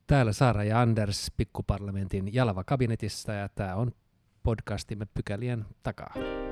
Täällä Saara ja Anders Pikkuparlamentin Jalava-kabinetissa ja tämä on podcastimme Pykälien takaa.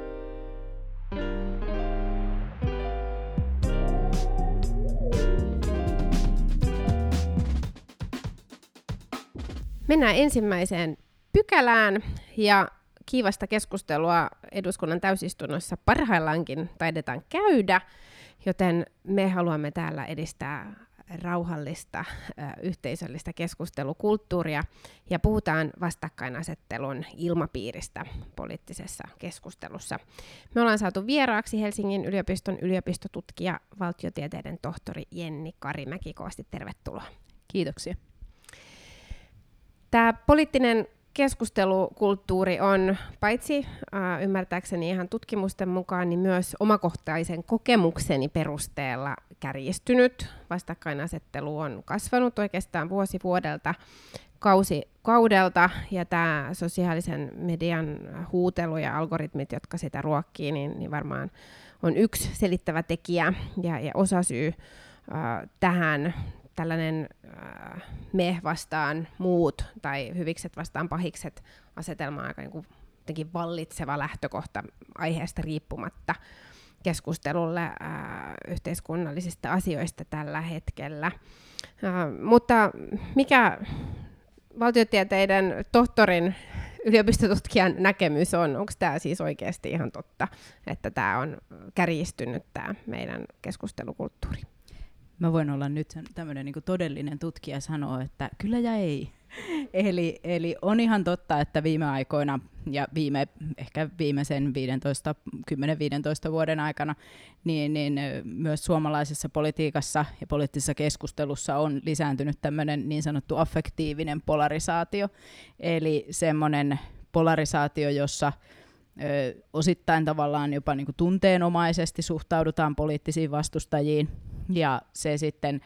Mennään ensimmäiseen pykälään ja kiivasta keskustelua eduskunnan täysistunnossa parhaillaankin taidetaan käydä, joten me haluamme täällä edistää rauhallista yhteisöllistä keskustelukulttuuria ja puhutaan vastakkainasettelun ilmapiiristä poliittisessa keskustelussa. Me ollaan saatu vieraaksi Helsingin yliopiston yliopistotutkija, valtiotieteiden tohtori Jenni Karimäki. Kovasti tervetuloa. Kiitoksia. Tämä poliittinen keskustelukulttuuri on paitsi ymmärtääkseni ihan tutkimusten mukaan, niin myös omakohtaisen kokemukseni perusteella kärjistynyt. Vastakkainasettelu on kasvanut oikeastaan vuosi vuodelta, kausi kaudelta, ja tämä sosiaalisen median huutelu ja algoritmit, jotka sitä ruokkii, niin varmaan on yksi selittävä tekijä ja osasyy tähän. Tällainen me vastaan muut tai hyvikset vastaan pahikset asetelma on aika niin jotenkin vallitseva lähtökohta aiheesta riippumatta keskustelulle yhteiskunnallisista asioista tällä hetkellä. Mutta mikä valtiotieteiden tohtorin yliopistotutkijan näkemys on? Onko tämä siis oikeasti ihan totta, että tämä on kärjistynyt tämä meidän keskustelukulttuuri? Mä voin olla nyt tämmöinen niin todellinen tutkija sanoa, että kyllä ja ei. Eli on ihan totta, että viime aikoina ja ehkä viimeisen 10-15 vuoden aikana niin myös suomalaisessa politiikassa ja poliittisessa keskustelussa on lisääntynyt tämmöinen niin sanottu affektiivinen polarisaatio. Eli semmoinen polarisaatio, jossa osittain tavallaan jopa niin kuin tunteenomaisesti suhtaudutaan poliittisiin vastustajiin, ja se sitten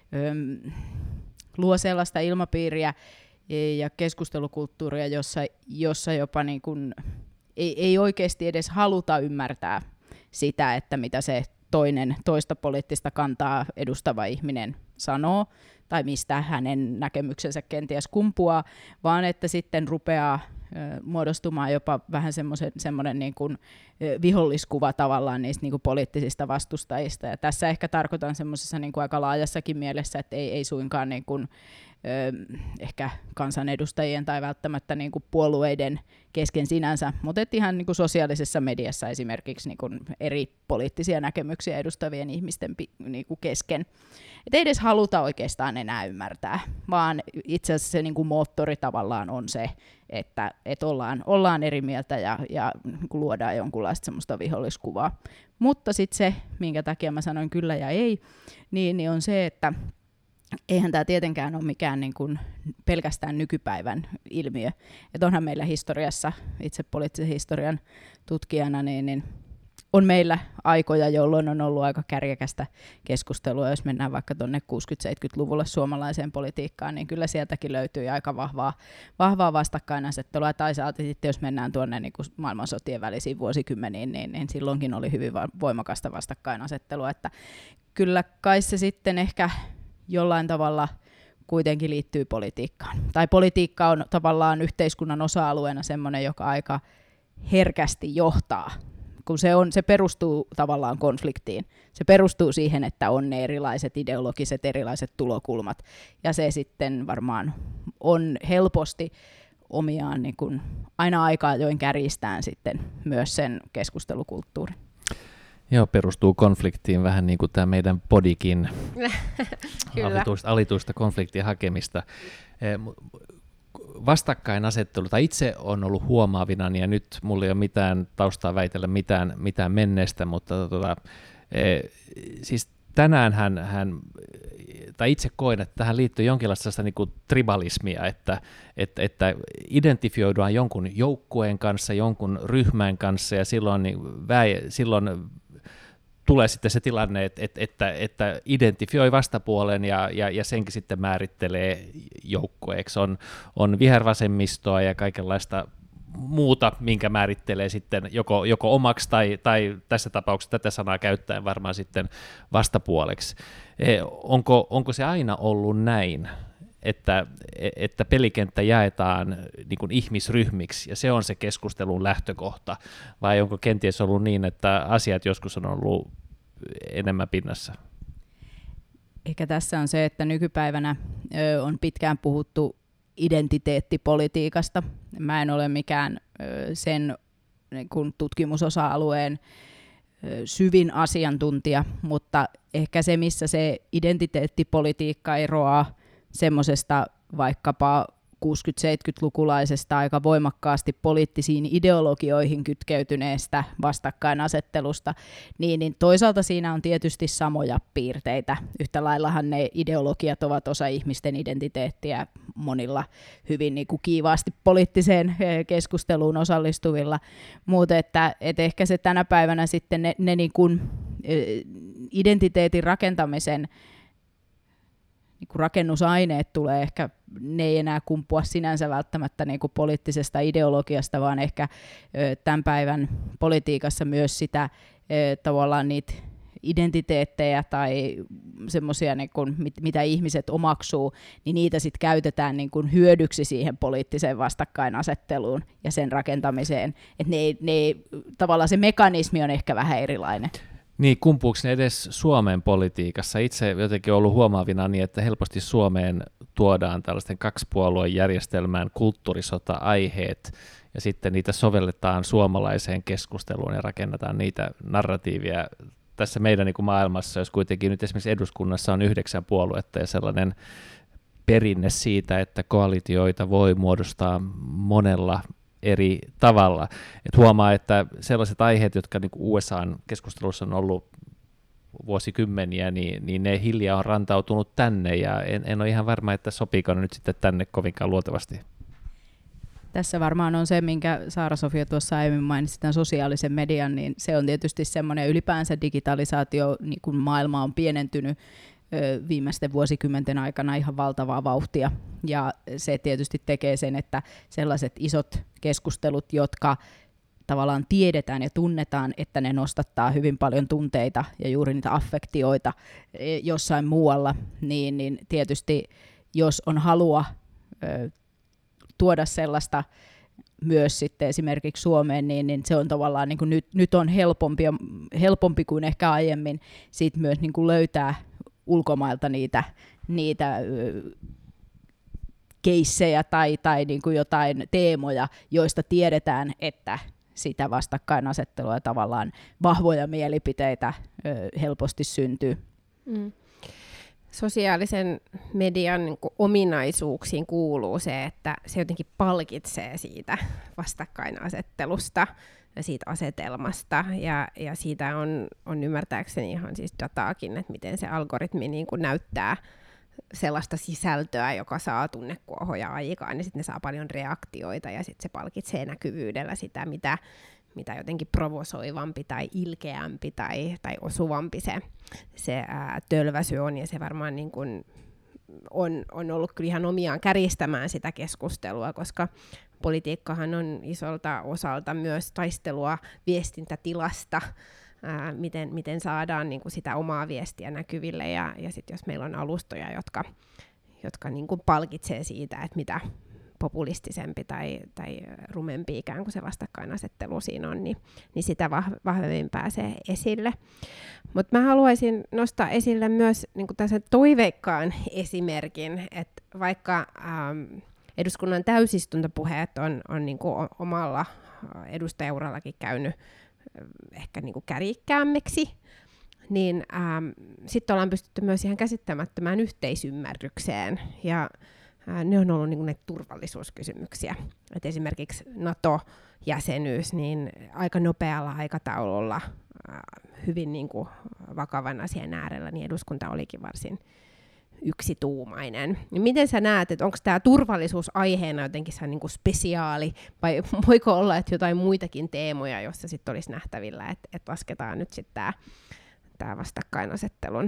luo sellaista ilmapiiriä ja keskustelukulttuuria, jossa jopa niin kuin ei oikeasti edes haluta ymmärtää sitä, että mitä se toista poliittista kantaa edustava ihminen sanoo, tai mistä hänen näkemyksensä kenties kumpuaa, vaan että sitten rupeaa muodostumaan jopa vähän semmoinen niin kuin viholliskuva tavallaan niistä niin kuin poliittisista vastustajista. Ja tässä ehkä tarkoitan semmoisessa niin kuin aika laajassakin mielessä, että ei suinkaan niin kuin, ehkä kansanedustajien tai välttämättä niin kuin puolueiden kesken sinänsä, mutta ihan niin kuin sosiaalisessa mediassa esimerkiksi niin kuin eri poliittisia näkemyksiä edustavien ihmisten niin kuin kesken. Et ei edes haluta oikeastaan enää ymmärtää, vaan itse asiassa se niin kuin moottori tavallaan on se, että ollaan eri mieltä ja niin kuin luodaan jonkunlaista semmoista viholliskuvaa. Mutta sitten se, minkä takia mä sanoin kyllä ja ei, niin on se, että eihän tämä tietenkään ole mikään niin kuin pelkästään nykypäivän ilmiö. Että onhan meillä historiassa, itse poliittisen historian tutkijana, niin on meillä aikoja, jolloin on ollut aika kärjekästä keskustelua. Jos mennään vaikka tuonne 60-70-luvulle suomalaiseen politiikkaan, niin kyllä sieltäkin löytyy aika vahvaa vastakkainasettelua. Tai sitten jos mennään tuonne niin kuin maailmansotien välisiin vuosikymmeniin, niin silloinkin oli hyvin voimakasta vastakkainasettelua. Että kyllä kai se sitten ehkä jollain tavalla kuitenkin liittyy politiikkaan. Tai politiikka on tavallaan yhteiskunnan osa-alueena semmoinen, joka aika herkästi johtaa, kun se perustuu tavallaan konfliktiin. Se perustuu siihen, että on ne erilaiset ideologiset, erilaiset tulokulmat, ja se sitten varmaan on helposti omiaan niin kuin aina aikaa ajoin kärjistään sitten myös sen keskustelukulttuurin. Joo, perustuu konfliktiin vähän niin kuin tämä meidän podikin alituista konfliktin hakemista. Vastakkainasettelu, tai itse on ollut huomaavinani, ja nyt mulla ei ole mitään taustaa väitellä mitään menneestä, mutta siis tänään tai itse koen, että tähän liittyy jonkinlaista niin kuin tribalismia, että identifioidaan jonkun joukkueen kanssa, jonkun ryhmän kanssa, ja silloin tulee sitten se tilanne, että identifioi vastapuolen ja senkin sitten määrittelee joukkueeksi. On vihervasemmistoa ja kaikenlaista muuta, minkä määrittelee sitten joko omaksi tai tässä tapauksessa tätä sanaa käyttäen varmaan sitten vastapuoleksi. Onko se aina ollut näin, että pelikenttä jaetaan niin kuin ihmisryhmiksi, ja se on se keskustelun lähtökohta, vai onko kenties ollut niin, että asiat joskus on ollut enemmän pinnassa? Ehkä tässä on se, että nykypäivänä on pitkään puhuttu identiteettipolitiikasta. Mä en ole mikään sen niin kuin tutkimusosa-alueen syvin asiantuntija, mutta ehkä se, missä se identiteettipolitiikka eroaa semmoisesta vaikkapa 60-70-lukulaisesta aika voimakkaasti poliittisiin ideologioihin kytkeytyneestä vastakkainasettelusta, niin toisaalta siinä on tietysti samoja piirteitä. Yhtä laillahan ne ideologiat ovat osa ihmisten identiteettiä monilla hyvin niin kuin kiivaasti poliittiseen keskusteluun osallistuvilla, mutta että ehkä se tänä päivänä sitten ne niin kuin identiteetin rakentamisen rakennusaineet tulee ehkä, ne ei enää kumpua sinänsä välttämättä niin kuin poliittisesta ideologiasta, vaan ehkä tämän päivän politiikassa myös sitä tavallaan niitä identiteettejä tai semmoisia, niin kuin, mitä ihmiset omaksuu, niin niitä sitten käytetään niin kuin hyödyksi siihen poliittiseen vastakkainasetteluun ja sen rakentamiseen. Että tavallaan se mekanismi on ehkä vähän erilainen. Niin, kumpuuko ne edes Suomen politiikassa? Itse jotenkin ollut huomaavina niin, että helposti Suomeen tuodaan tällaisten kaksipuolueen järjestelmään kulttuurisota-aiheet, ja sitten niitä sovelletaan suomalaiseen keskusteluun ja rakennetaan niitä narratiivia. Tässä meidän niin kuin maailmassa, jos kuitenkin nyt esimerkiksi eduskunnassa on 9 puoluetta ja sellainen perinne siitä, että koalitioita voi muodostaa monella eri tavalla. Et huomaa, että sellaiset aiheet, jotka niin USA:n keskustelussa on ollut vuosikymmeniä, niin ne hiljaa on rantautunut tänne, ja en ole ihan varma, että sopiiko ne nyt sitten tänne kovinkaan luontevasti. Tässä varmaan on se, minkä Saara-Sofia tuossa aiemmin mainitsi, tämän sosiaalisen median, niin se on tietysti semmoinen ylipäänsä digitalisaatio, niin kun maailma on pienentynyt viimeisten vuosikymmenten aikana ihan valtavaa vauhtia, ja se tietysti tekee sen, että sellaiset isot keskustelut, jotka tavallaan tiedetään ja tunnetaan, että ne nostattaa hyvin paljon tunteita ja juuri niitä affektioita jossain muualla, niin tietysti jos on halua tuoda sellaista myös sitten esimerkiksi Suomeen, niin se on tavallaan niin kuin nyt on helpompi kuin ehkä aiemmin sit myös niin kuin löytää ulkomailta niitä keissejä tai niin kuin jotain teemoja, joista tiedetään, että sitä vastakkainasettelua ja tavallaan vahvoja mielipiteitä helposti syntyy. Mm. Sosiaalisen median niin kuin ominaisuuksiin kuuluu se, että se jotenkin palkitsee siitä vastakkainasettelusta ja siitä asetelmasta, ja siitä on ymmärtääkseni ihan siis dataakin, että miten se algoritmi niin kuin näyttää sellaista sisältöä, joka saa tunnekuohoja aikaan, niin sitten ne saa paljon reaktioita, ja sitten se palkitsee näkyvyydellä sitä, mitä jotenkin provosoivampi tai ilkeämpi tai osuvampi se tölväsy on, ja se varmaan niin kuin on ollut kyllä ihan omiaan kärjistämään sitä keskustelua, koska politiikkahan on isolta osalta myös taistelua viestintätilasta, miten saadaan niin kuin sitä omaa viestiä näkyville, ja sitten jos meillä on alustoja, jotka niin kuin palkitsee siitä, että mitä populistisempi tai rumempi ikään kuin se vastakkainasettelu siinä on, niin sitä vahvemmin pääsee esille. Mutta mä haluaisin nostaa esille myös niin kuin tässä toiveikkaan esimerkin, että vaikka eduskunnan täysistuntopuheet on niin kuin omalla edustajaurallakin käynyt ehkä niin kuin kärjikkäämmiksi, niin sitten ollaan pystytty myös ihan käsittämättömään yhteisymmärrykseen, ja ne on ollut niin kuin näitä turvallisuuskysymyksiä. Et esimerkiksi NATO-jäsenyys niin aika nopealla aikataululla hyvin niin kuin vakavan asian äärellä, niin eduskunta olikin varsin yksituumainen. Ja miten sä näet, että onko tämä turvallisuus aiheena jotenkin niin kuin spesiaali, vai voiko olla, että jotain muitakin teemoja, joissa sitten olisi nähtävillä, että lasketaan nyt sitten tämä vastakkainasettelun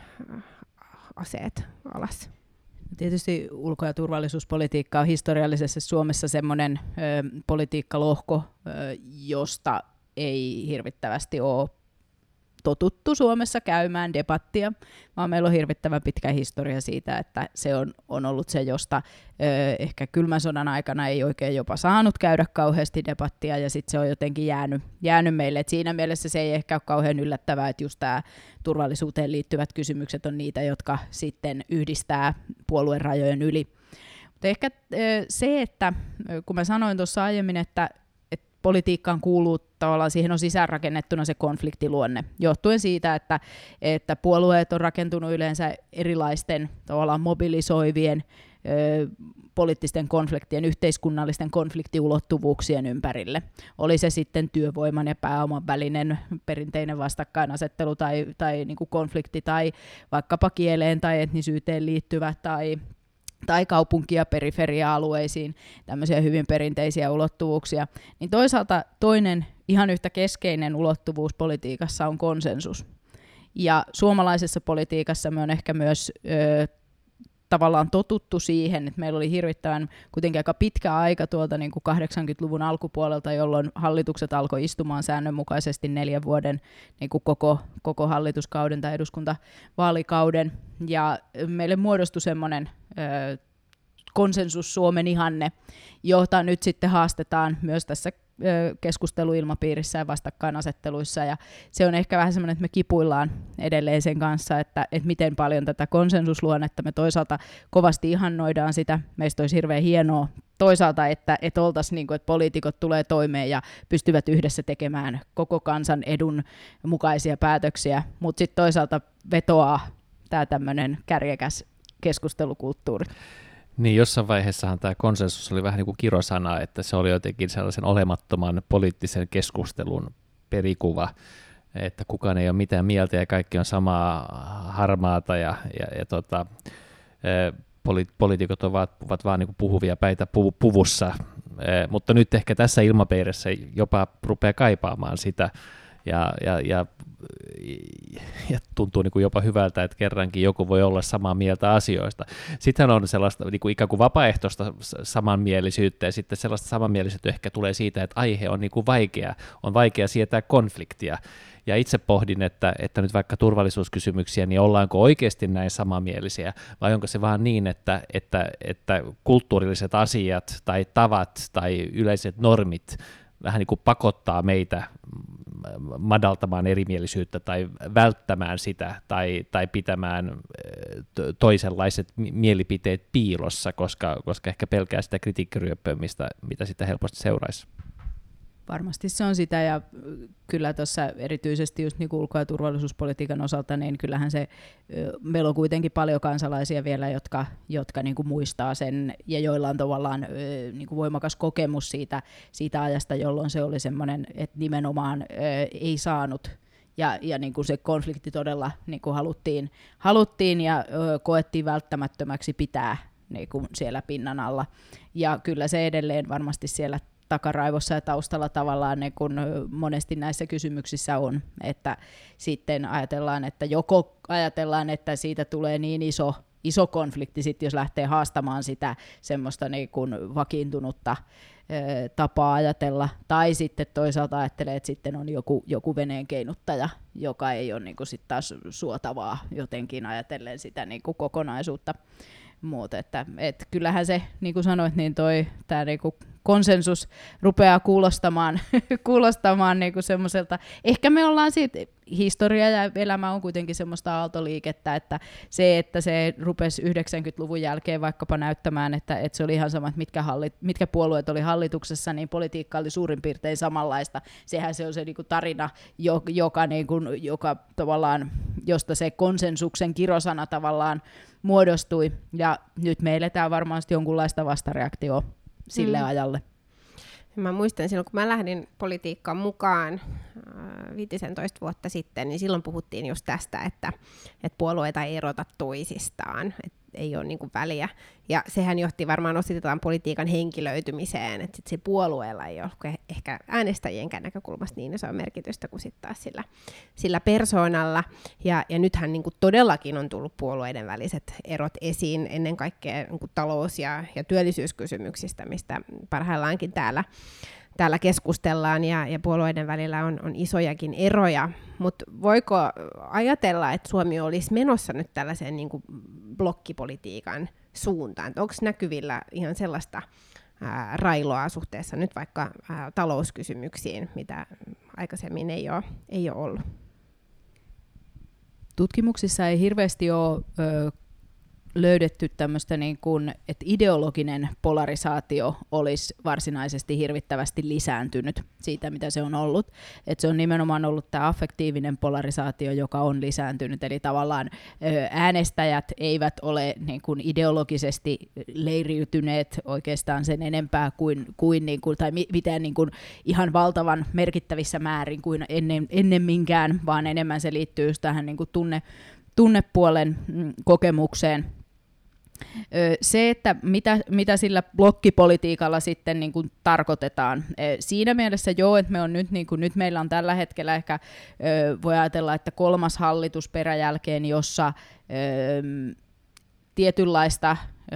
aseet alas? Tietysti ulko- ja turvallisuuspolitiikka on historiallisessa Suomessa semmoinen politiikkalohko, josta ei hirvittävästi ole totuttu Suomessa käymään debattia, vaan meillä on hirvittävän pitkä historia siitä, että se on ollut se, josta ehkä kylmän sodan aikana ei oikein jopa saanut käydä kauheasti debattia, ja sitten se on jotenkin jäänyt meille. Et siinä mielessä se ei ehkä ole kauhean yllättävää, että just tämä turvallisuuteen liittyvät kysymykset on niitä, jotka sitten yhdistää puolueen rajojen yli. Mutta ehkä se, että kun mä sanoin tuossa aiemmin, että politiikkaan kuuluu tavallaan, siihen on sisäänrakennettuna se konfliktiluonne, johtuen siitä, että puolueet on rakentunut yleensä erilaisten tavallaan mobilisoivien poliittisten konfliktien, yhteiskunnallisten konfliktiulottuvuuksien ympärille. Oli se sitten työvoiman ja pääoman välinen perinteinen vastakkainasettelu tai niin kuin konflikti tai vaikkapa kieleen tai etnisyyteen liittyvä tai kaupunki- ja periferia-alueisiin, tämmöisiä hyvin perinteisiä ulottuvuuksia, niin toisaalta toinen ihan yhtä keskeinen ulottuvuus politiikassa on konsensus. Ja suomalaisessa politiikassa me on ehkä myös tavallaan totuttu siihen, että meillä oli hirvittävän kuitenkin aika pitkä aika tuolta niin kuin 80-luvun alkupuolelta, jolloin hallitukset alkoi istumaan säännönmukaisesti 4 vuoden niin kuin koko hallituskauden tai eduskuntavaalikauden, ja meille muodostui semmoinen konsensus Suomen ihanne, jota nyt sitten haastetaan myös tässä keskusteluilmapiirissä ja vastakkainasetteluissa, ja se on ehkä vähän semmoinen, että me kipuillaan edelleen sen kanssa, että miten paljon tätä konsensusluonnetta me toisaalta kovasti ihannoidaan sitä, meistä olisi hirveän hienoa toisaalta, että oltaisiin niin kuin, että poliitikot tulee toimeen ja pystyvät yhdessä tekemään koko kansan edun mukaisia päätöksiä, mutta sitten toisaalta vetoaa tämä tämmöinen kärjekäs keskustelukulttuuri. Niin, jossain vaiheessahan tämä konsensus oli vähän niin kuin kirosana, että se oli jotenkin sellaisen olemattoman poliittisen keskustelun perikuva, että kukaan ei ole mitään mieltä ja kaikki on samaa harmaata ja poliitikot ovat vaan niin kuin puhuvia päitä puvussa, mutta nyt ehkä tässä ilmapiirissä jopa rupeaa kaipaamaan sitä, ja tuntuu niin kuin jopa hyvältä, että kerrankin joku voi olla samaa mieltä asioista. Sitten on sellaista niin kuin ikään kuin vapaaehtoista samanmielisyyttä, ja sitten sellaista samanmielisyyttä ehkä tulee siitä, että aihe on niin kuin on vaikea sietää konfliktia. Ja itse pohdin, että nyt vaikka turvallisuuskysymyksiä, niin ollaanko oikeasti näin samanmielisiä, vai onko se vaan niin, että kulttuurilliset asiat tai tavat tai yleiset normit vähän niin kuin pakottaa meitä madaltamaan erimielisyyttä tai välttämään sitä tai pitämään toisenlaiset mielipiteet piilossa, koska ehkä pelkää sitä kritiikkiryöppöä, mitä sitä helposti seuraisi. Varmasti se on sitä, ja kyllä tuossa erityisesti just niin ulko- ja turvallisuuspolitiikan osalta, niin kyllähän meillä on kuitenkin paljon kansalaisia vielä, jotka niin kuin muistaa sen, ja joilla on tavallaan niin kuin voimakas kokemus siitä ajasta, jolloin se oli semmoinen, että nimenomaan ei saanut, ja niin kuin se konflikti todella niin kuin haluttiin ja koettiin välttämättömäksi pitää niin kuin siellä pinnan alla, ja kyllä se edelleen varmasti siellä takaraivossa ja taustalla tavallaan niin kun monesti näissä kysymyksissä on, että sitten ajatellaan, että siitä tulee niin iso konflikti, sit jos lähtee haastamaan sitä semmoista niin kun vakiintunutta tapaa ajatella, tai sitten toisaalta ajattelee, että sitten on joku veneen keinuttaja, joka ei ole niin kun sit taas suotavaa jotenkin ajatellen sitä niin kun kokonaisuutta. Mutta että kyllähän se, niin kuin sanoit, niin tämä niinku konsensus rupeaa kuulostamaan niinku semmoiselta, ehkä me ollaan siitä, historia ja elämä on kuitenkin semmoista aaltoliikettä, että se rupesi 90-luvun jälkeen vaikkapa näyttämään, että se oli ihan sama, että mitkä puolueet oli hallituksessa, niin politiikka oli suurin piirtein samanlaista. Sehän se on se niinku tarina, joka tavallaan, josta se konsensuksen kirosana tavallaan muodostui, ja nyt me eletään varmaan jonkunlaista vastareaktioa sille ajalle. Mä muistan silloin, kun mä lähdin politiikkaan mukaan 15 vuotta sitten, niin silloin puhuttiin just tästä, että puolueita ei erota toisistaan, että ei ole niinku väliä. Ja sehän johti varmaan ositetaan politiikan henkilöitymiseen, että sit se puolueella ei ole ehkä äänestäjienkään näkökulmasta niin isoa merkitystä kuin sitten taas sillä persoonalla. Ja nythän niinku todellakin on tullut puolueiden väliset erot esiin ennen kaikkea niinku talous- ja työllisyyskysymyksistä, mistä parhaillaankin täällä täällä keskustellaan ja puolueiden välillä on isojakin eroja, mutta voiko ajatella, että Suomi olisi menossa nyt tällaiseen niin kuin blokkipolitiikan suuntaan? Onko näkyvillä ihan sellaista railoa suhteessa nyt vaikka talouskysymyksiin, mitä aikaisemmin ei ole ollut? Tutkimuksissa ei hirveästi ole löydetty tämmöistä, niin kuin, että ideologinen polarisaatio olisi varsinaisesti hirvittävästi lisääntynyt siitä, mitä se on ollut. Että se on nimenomaan ollut tämä affektiivinen polarisaatio, joka on lisääntynyt. Eli tavallaan äänestäjät eivät ole niin kuin ideologisesti leiriytyneet oikeastaan sen enempää kuin niin kuin, tai mitään niin kuin ihan valtavan merkittävissä määrin kuin ennemminkään, vaan enemmän se liittyy just tähän niin kuin tunnepuolen kokemukseen. Se, että mitä sillä blokkipolitiikalla sitten niin kuin tarkoitetaan. Siinä mielessä joo, että me on nyt meillä on tällä hetkellä ehkä, voi ajatella, että 3. hallitus peräjälkeen, jossa tietynlaista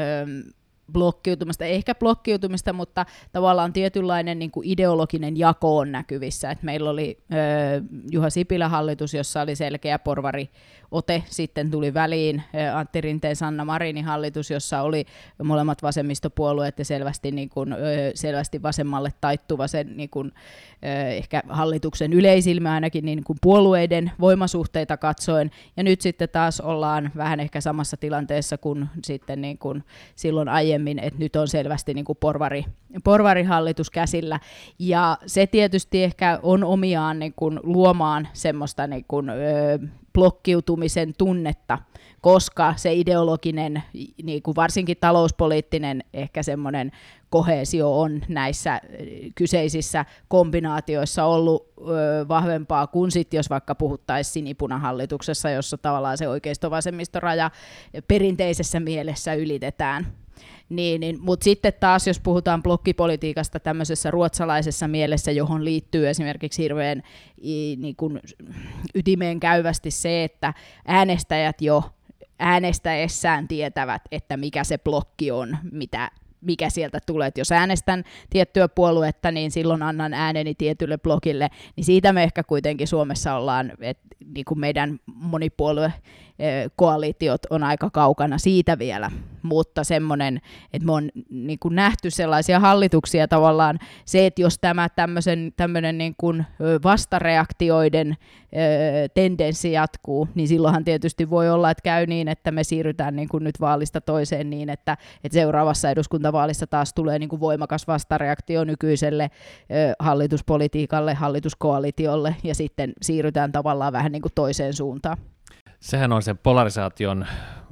blokkiutumista, mutta tavallaan tietynlainen niin kuin ideologinen jako on näkyvissä. Et meillä oli Juha Sipilän hallitus, jossa oli selkeä porvariote, sitten tuli väliin Antti Rinteen Sanna Marinin hallitus, jossa oli molemmat vasemmistopuolueet ja selvästi vasemmalle taittuva sen niin kuin, ehkä hallituksen yleisilmä ainakin niin kuin puolueiden voimasuhteita katsoen, ja nyt sitten taas ollaan vähän ehkä samassa tilanteessa kuin sitten niin kuin silloin aiemmin, että nyt on selvästi niin kuin porvarihallitus käsillä, ja se tietysti ehkä on omiaan niin kuin luomaan semmoista niin kuin, blokkiutumisen tunnetta, koska se ideologinen, niin kuin varsinkin talouspoliittinen ehkä semmoinen koheesio on näissä kyseisissä kombinaatioissa ollut vahvempaa kuin sitten, jos vaikka puhuttaisiin sinipunahallituksessa, jossa tavallaan se oikeisto-vasemmistoraja perinteisessä mielessä ylitetään. Mutta sitten taas, jos puhutaan blokkipolitiikasta tämmöisessä ruotsalaisessa mielessä, johon liittyy esimerkiksi hirveän niin kuin ytimeen käyvästi se, että äänestäjät jo äänestäessään tietävät, että mikä se blokki on, mikä sieltä tulee. Et jos äänestän tiettyä puoluetta, niin silloin annan ääneni tietylle blokille, niin siitä me ehkä kuitenkin Suomessa ollaan, että niin kuin meidän monipuoluekoalitiot on aika kaukana siitä vielä, mutta semmoinen, että me on niin kuin nähty sellaisia hallituksia tavallaan, se, että jos tämä tämmöinen niin kuin vastareaktioiden tendenssi jatkuu, niin silloinhan tietysti voi olla, että käy niin, että me siirrytään niin kuin nyt vaalista toiseen niin, että seuraavassa eduskuntavaalissa taas tulee niin kuin voimakas vastareaktio nykyiselle hallituspolitiikalle, hallituskoalitiolle, ja sitten siirrytään tavallaan vähän niin kuin toiseen suuntaan. Sehän on sen polarisaation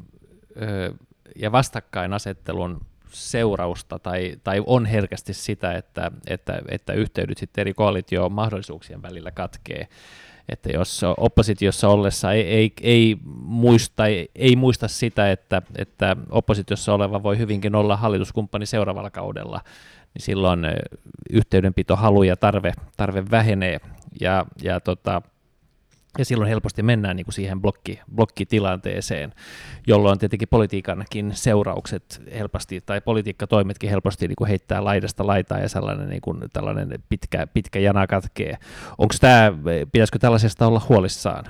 ja vastakkainasettelun seurausta, tai on herkästi sitä, että yhteydet sitten eri koalitioon mahdollisuuksien välillä katkee. Että jos oppositiossa ollessa ei muista sitä, että oppositiossa oleva voi hyvinkin olla hallituskumppani seuraavalla kaudella, niin silloin yhteydenpitohalu ja tarve vähenee, ja silloin helposti mennään niin kuin siihen blokkitilanteeseen, jolloin tietenkin politiikankin seuraukset helposti, tai politiikkatoimetkin helposti niin kuin heittää laidasta laitaan, ja sellainen niin kuin tällainen pitkä jana katkee. Pitäisikö tällaisesta olla huolissaan?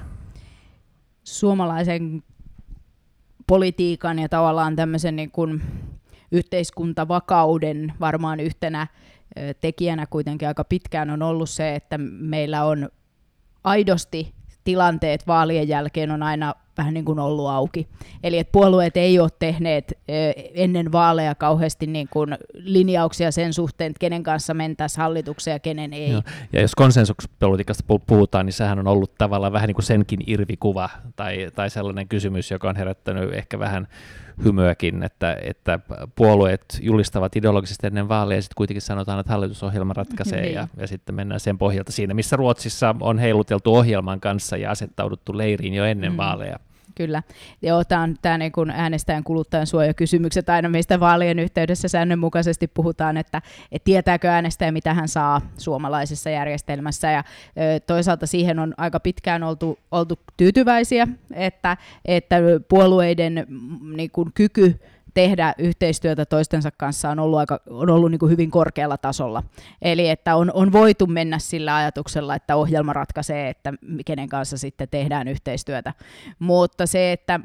Suomalaisen politiikan ja tavallaan tämmöisen niin kuin yhteiskuntavakauden varmaan yhtenä tekijänä kuitenkin aika pitkään on ollut se, että meillä on aidosti tilanteet vaalien jälkeen on aina vähän niin kuin ollut auki. Eli että puolueet ei ole tehneet ennen vaaleja kauheasti niin kuin linjauksia sen suhteen, että kenen kanssa mentäisiin hallitukseen ja kenen ei. Joo. Ja jos konsensuspolitiikasta puhutaan, niin sehän on ollut tavallaan vähän niin kuin senkin irvikuva tai sellainen kysymys, joka on herättänyt ehkä vähän hymyäkin, että puolueet julistavat ideologisesti ennen vaaleja ja sitten kuitenkin sanotaan, että hallitusohjelma ratkaisee niin. ja sitten mennään sen pohjalta siinä, missä Ruotsissa on heiluteltu ohjelman kanssa ja asettauduttu leiriin jo ennen vaaleja. Kyllä. Joo, tämä niin kuin äänestäjän kuluttajan suojakysymykset aina, mistä vaalien yhteydessä säännönmukaisesti puhutaan, että tietääkö äänestäjä, mitä hän saa suomalaisessa järjestelmässä. Ja toisaalta siihen on aika pitkään oltu tyytyväisiä, että puolueiden niin kuin kyky tehdä yhteistyötä toistensa kanssa on ollut niin kuin hyvin korkealla tasolla. Eli että on voitu mennä sillä ajatuksella, että ohjelma ratkaisee, että kenen kanssa sitten tehdään yhteistyötä. Mutta se, että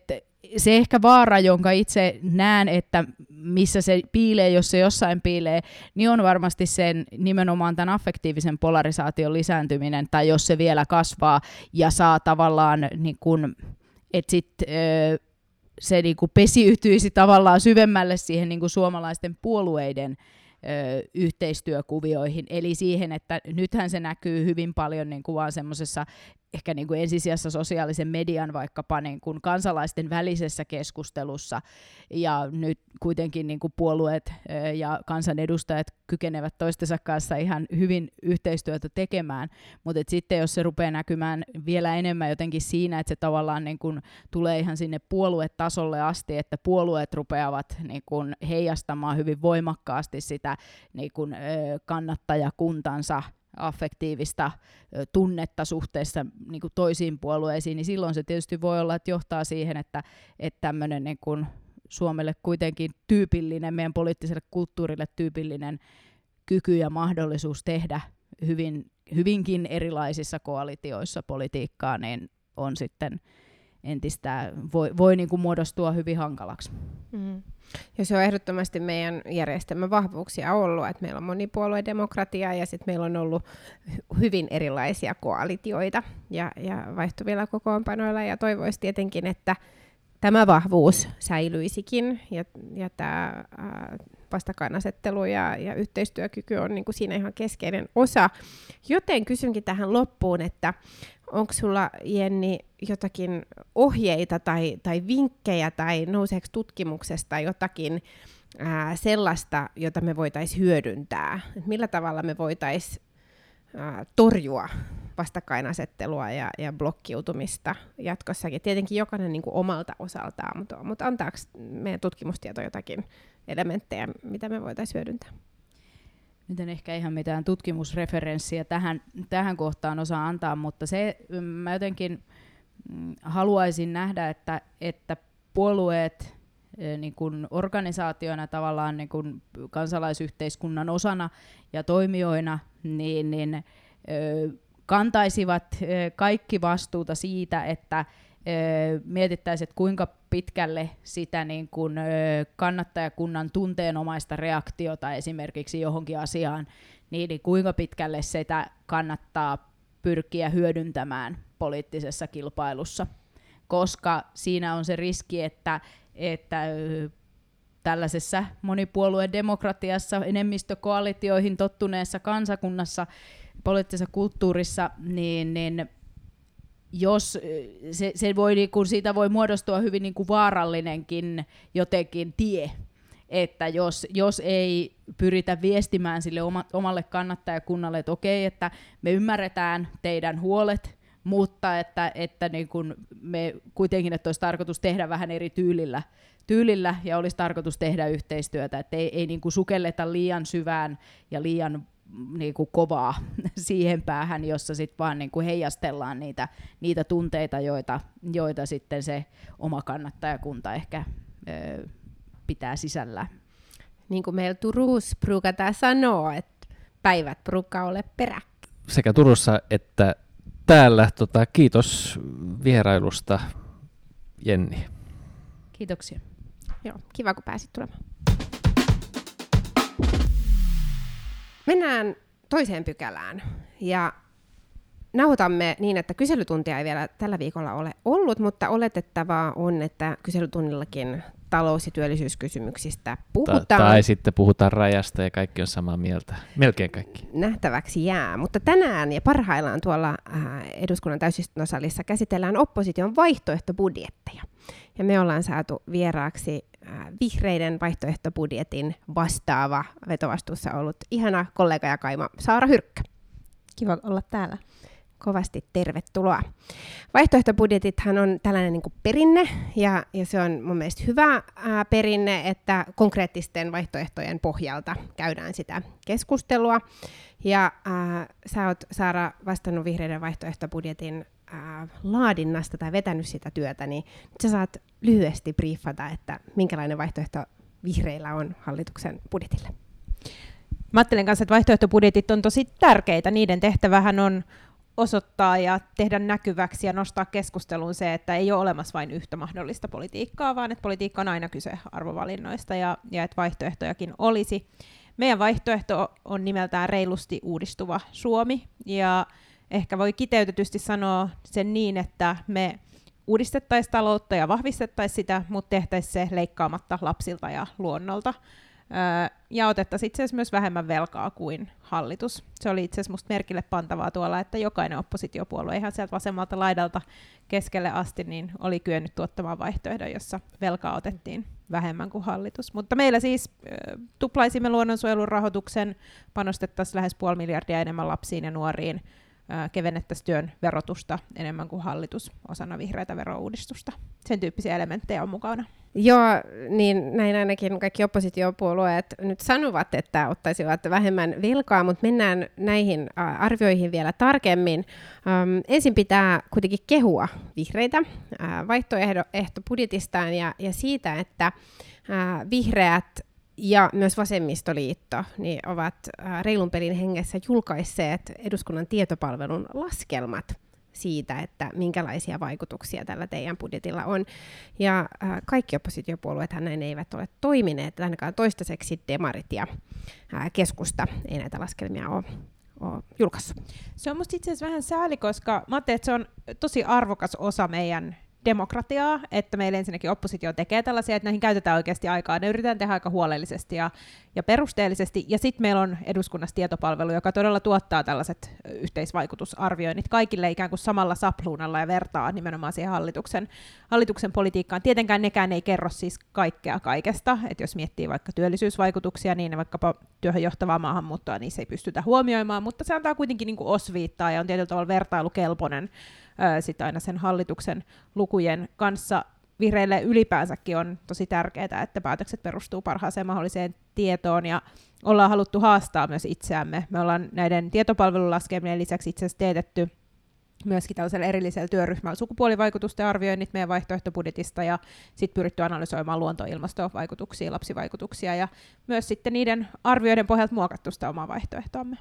se ehkä vaara, jonka itse näen, että missä se piilee, jos se jossain piilee, niin on varmasti sen nimenomaan tämän affektiivisen polarisaation lisääntyminen, tai jos se vielä kasvaa ja saa tavallaan, niin kun, että sitten se niin kun pesiytyisi tavallaan syvemmälle siihen niin kun suomalaisten puolueiden yhteistyökuvioihin, eli siihen, että nythän se näkyy hyvin paljon niin kuin vaan semmoisessa ehkä niin kuin ensisijassa sosiaalisen median vaikkapa niin kuin kansalaisten välisessä keskustelussa, ja nyt kuitenkin niin kuin puolueet ja kansanedustajat kykenevät toistensa kanssa ihan hyvin yhteistyötä tekemään, mutta sitten jos se rupeaa näkymään vielä enemmän jotenkin siinä, että se tavallaan niin kuin tulee ihan sinne puoluetasolle asti, että puolueet rupeavat niin kuin heijastamaan hyvin voimakkaasti sitä niin kuin kannattajakuntansa affektiivista tunnetta suhteessa niin kuin toisiin puolueisiin, niin silloin se tietysti voi olla, että johtaa siihen, että tämmöinen niin kuin Suomelle kuitenkin tyypillinen, meidän poliittiselle kulttuurille tyypillinen kyky ja mahdollisuus tehdä hyvinkin erilaisissa koalitioissa politiikkaa, niin on sitten entistä, voi niin kuin muodostua hyvin hankalaksi. Ja se on ehdottomasti meidän järjestelmän vahvuuksia ollut, että meillä on monipuoluedemokratia ja sitten meillä on ollut hyvin erilaisia koalitioita ja vaihtuvilla kokoonpanoilla, ja toivoisi tietenkin, että tämä vahvuus säilyisikin ja tämä vastakkainasettelu ja yhteistyökyky on niin kuin siinä ihan keskeinen osa. Joten kysynkin tähän loppuun, että onko sulla, Jenni, jotakin ohjeita tai vinkkejä tai nouseeko tutkimuksesta jotakin sellaista, jota me voitaisiin hyödyntää? Et millä tavalla me voitaisiin torjua vastakkainasettelua ja blokkiutumista jatkossakin? Tietenkin jokainen niin kuin omalta osaltaan, mutta antaako meidän tutkimustieto jotakin elementtejä, mitä me voitaisiin hyödyntää? Nyt en ehkä ihan mitään tutkimusreferenssiä tähän kohtaan osaa antaa, mutta se mä jotenkin haluaisin nähdä, että puolueet niin kuin organisaationa tavallaan niin kuin kansalaisyhteiskunnan osana ja toimijoina niin kantaisivat kaikki vastuuta siitä, että mietittäisiin, että kuinka pitkälle sitä niin kuin kannattajakunnan tunteenomaista reaktiota esimerkiksi johonkin asiaan, niin kuinka pitkälle sitä kannattaa pyrkiä hyödyntämään poliittisessa kilpailussa, koska siinä on se riski, että tällaisessa monipuoluedemokratiassa, enemmistökoalitioihin tottuneessa kansakunnassa, poliittisessa kulttuurissa, niin jos se voi, niin siitä voi muodostua hyvin niin kuin vaarallinenkin jotenkin tie, että jos ei pyritä viestimään sille omalle kannattajakunnalle, että okei, että me ymmärretään teidän huolet, mutta että niin kuin me kuitenkin, että olisi tarkoitus tehdä vähän eri tyylillä ja olisi tarkoitus tehdä yhteistyötä, että ei niin kuin sukelleta liian syvään ja liian niin kuin kovaa siihen päähän, jossa sitten vaan niin kuin heijastellaan niitä tunteita, joita sitten se oma kannattajakunta ehkä pitää sisällään. Niin kuin meillä Turussa pruukataan sanoa, että päivät pruukaa ole peräkkäin. Sekä Turussa että täällä. Kiitos vierailusta, Jenni. Kiitoksia. Joo, kiva kun pääsit tulemaan. Mennään toiseen pykälään ja nauhoitamme niin, että kyselytuntia ei vielä tällä viikolla ole ollut, mutta oletettavaa on, että kyselytunnillakin talous- ja työllisyyskysymyksistä puhutaan. Tai sitten puhutaan rajasta ja kaikki on samaa mieltä. Melkein kaikki. Nähtäväksi jää, mutta tänään ja parhaillaan tuolla eduskunnan täysistuntosalissa käsitellään opposition vaihtoehtobudjetteja. Ja me ollaan saatu vieraaksi vihreiden vaihtoehtobudjetin vastaava vetovastuussa ollut ihana kollega ja kaima Saara Hyrkkö. Kiva olla täällä. Kovasti tervetuloa. Vaihtoehtobudjetithan on tällainen niin kuin perinne, ja se on mun mielestä hyvä perinne, että konkreettisten vaihtoehtojen pohjalta käydään sitä keskustelua. Ja sä oot, Saara, vastannut vihreiden vaihtoehtobudjetin laadinnasta tai vetänyt sitä työtä, niin nyt sä saat lyhyesti briefata, että minkälainen vaihtoehto vihreillä on hallituksen budjetille. Mä ajattelen kanssa, että vaihtoehtobudjetit on tosi tärkeitä. Niiden tehtävähän on osoittaa ja tehdä näkyväksi ja nostaa keskusteluun se, että ei ole olemassa vain yhtä mahdollista politiikkaa, vaan että politiikka on aina kyse arvovalinnoista ja että vaihtoehtojakin olisi. Meidän vaihtoehto on nimeltään reilusti uudistuva Suomi, ja ehkä voi kiteytetysti sanoa sen niin, että me uudistettaisiin taloutta ja vahvistettaisiin sitä, mutta tehtäisiin se leikkaamatta lapsilta ja luonnolta. Ja otettaisiin itse asiassa myös vähemmän velkaa kuin hallitus. Se oli itse asiassa musta merkille pantavaa tuolla, että jokainen oppositiopuolue ihan sieltä vasemmalta laidalta keskelle asti niin oli kyennyt tuottamaan vaihtoehdon, jossa velkaa otettiin vähemmän kuin hallitus. Mutta meillä siis tuplaisimme luonnonsuojelun rahoituksen, panostettaisiin lähes 500 miljardia enemmän lapsiin ja nuoriin, kevennettäisiin työn verotusta enemmän kuin hallitus osana vihreätä verouudistusta. Sen tyyppisiä elementtejä on mukana. Joo, niin näin ainakin kaikki oppositiopuolueet nyt sanovat, että ottaisivat vähemmän velkaa, mutta mennään näihin arvioihin vielä tarkemmin. Ensin pitää kuitenkin kehua vihreitä vaihtoehtobudjetistaan ja siitä, että vihreät ja myös vasemmistoliitto niin ovat reilun pelin hengessä julkaisseet eduskunnan tietopalvelun laskelmat siitä, että minkälaisia vaikutuksia tällä teidän budjetilla on. Ja kaikki oppositiopuolueethan näin eivät ole toimineet, ainakaan toistaiseksi demarit ja keskusta ei näitä laskelmia ole julkaissut. Se on musta itse asiassa vähän sääli, koska mä ajattelin, että se on tosi arvokas osa meidän demokratiaa, että meillä ensinnäkin oppositio tekee tällaisia, että näihin käytetään oikeasti aikaa. Ne yritetään tehdä aika huolellisesti ja perusteellisesti. Ja sitten meillä on eduskunnassa tietopalvelu, joka todella tuottaa tällaiset yhteisvaikutusarvioinnit kaikille ikään kuin samalla sapluunalla ja vertaa nimenomaan siihen hallituksen politiikkaan. Tietenkään nekään ei kerro siis kaikkea kaikesta. Että jos miettii vaikka työllisyysvaikutuksia, niin vaikkapa työhön johtavaa maahanmuuttoa, niissä ei pystytä huomioimaan, mutta se antaa kuitenkin niin kuin osviittaa ja on tietyllä tavalla vertailukelpoinen sitten aina sen hallituksen lukujen kanssa. Vihreille ylipäänsäkin on tosi tärkeää, että päätökset perustuu parhaaseen mahdolliseen tietoon ja ollaan haluttu haastaa myös itseämme. Me ollaan näiden tietopalvelun laskelmien lisäksi itse asiassa teetetty myöskin tällaisella erillisellä työryhmällä sukupuolivaikutusten arvioinnit meidän vaihtoehtobudjetista ja sitten pyritty analysoimaan luonto- ja ilmastovaikutuksia, lapsivaikutuksia ja myös sitten niiden arvioiden pohjalta muokattu sitä omaa vaihtoehtoamme.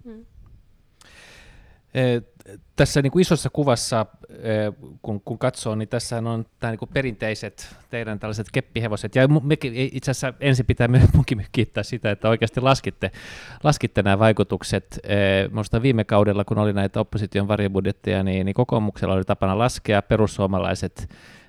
Tässä niin kuin isossa kuvassa, kun katsoo, niin tässä on tämä niin kuin perinteiset teidän tällaiset keppihevoset. Ja itse asiassa ensin pitää munkin kiittää sitä, että oikeasti laskitte nämä vaikutukset. Minusta viime kaudella, kun oli näitä opposition varjobudjetteja, niin kokoomuksella oli tapana laskea, perussuomalaiset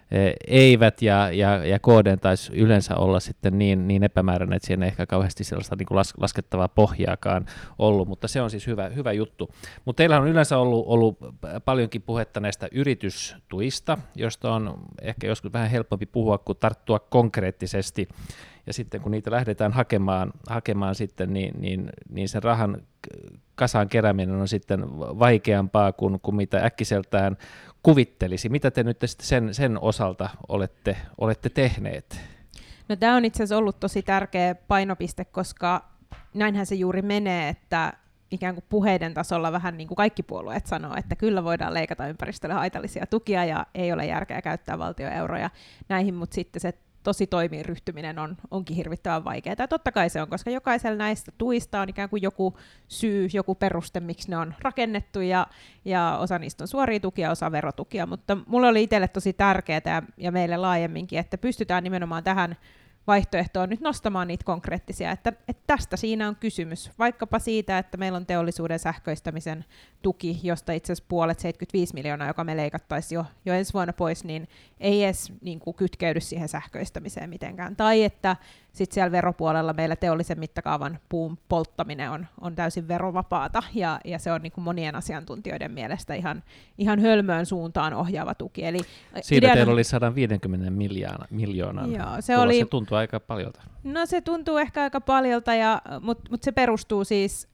eivät, ja KD taisi yleensä olla sitten niin epämääräinen, että siinä ei ehkä kauheasti sellaista niin kuin laskettavaa pohjaakaan ollut, mutta se on siis hyvä juttu. Mutta teillä on yleensä ollut paljonkin puhetta näistä yritystuista, josta on ehkä joskus vähän helpompi puhua kuin tarttua konkreettisesti, ja sitten kun niitä lähdetään hakemaan sitten, niin sen rahan kasaan kerääminen on sitten vaikeampaa kuin mitä äkkiseltään kuvittelisi. Mitä te nyt sen osalta olette tehneet? No, tämä on itse asiassa ollut tosi tärkeä painopiste, koska näinhän se juuri menee, että ikään kuin puheiden tasolla vähän niin kuin kaikki puolueet sanoo, että kyllä voidaan leikata ympäristölle haitallisia tukia ja ei ole järkeä käyttää valtioeuroja näihin, mutta sitten se tosi toimiin ryhtyminen onkin hirvittävän vaikeaa. Ja totta kai se on, koska jokaisella näistä tuista on ikään kuin joku syy, joku peruste, miksi ne on rakennettu, ja osa niistä on suoria tukia, osa verotukia. Mutta mulle oli itselle tosi tärkeää ja meille laajemminkin, että pystytään nimenomaan tähän vaihtoehtoon nyt nostamaan niitä konkreettisia, että tästä siinä on kysymys. Vaikkapa siitä, että meillä on teollisuuden sähköistämisen tuki, josta itse asiassa puolet 75 miljoonaa, joka me leikattaisiin jo ensi vuonna pois, niin ei edes niin kuin kytkeydy siihen sähköistämiseen mitenkään. Tai että sitten siellä veropuolella meillä teollisen mittakaavan puun polttaminen on täysin verovapaata, ja se on niin kuin monien asiantuntijoiden mielestä ihan hölmöön suuntaan ohjaava tuki. Eli siitä teillä oli 150 miljoonan. Joo, se tuntuu aika paljolta. No, se tuntuu ehkä aika paljolta, mutta se perustuu siis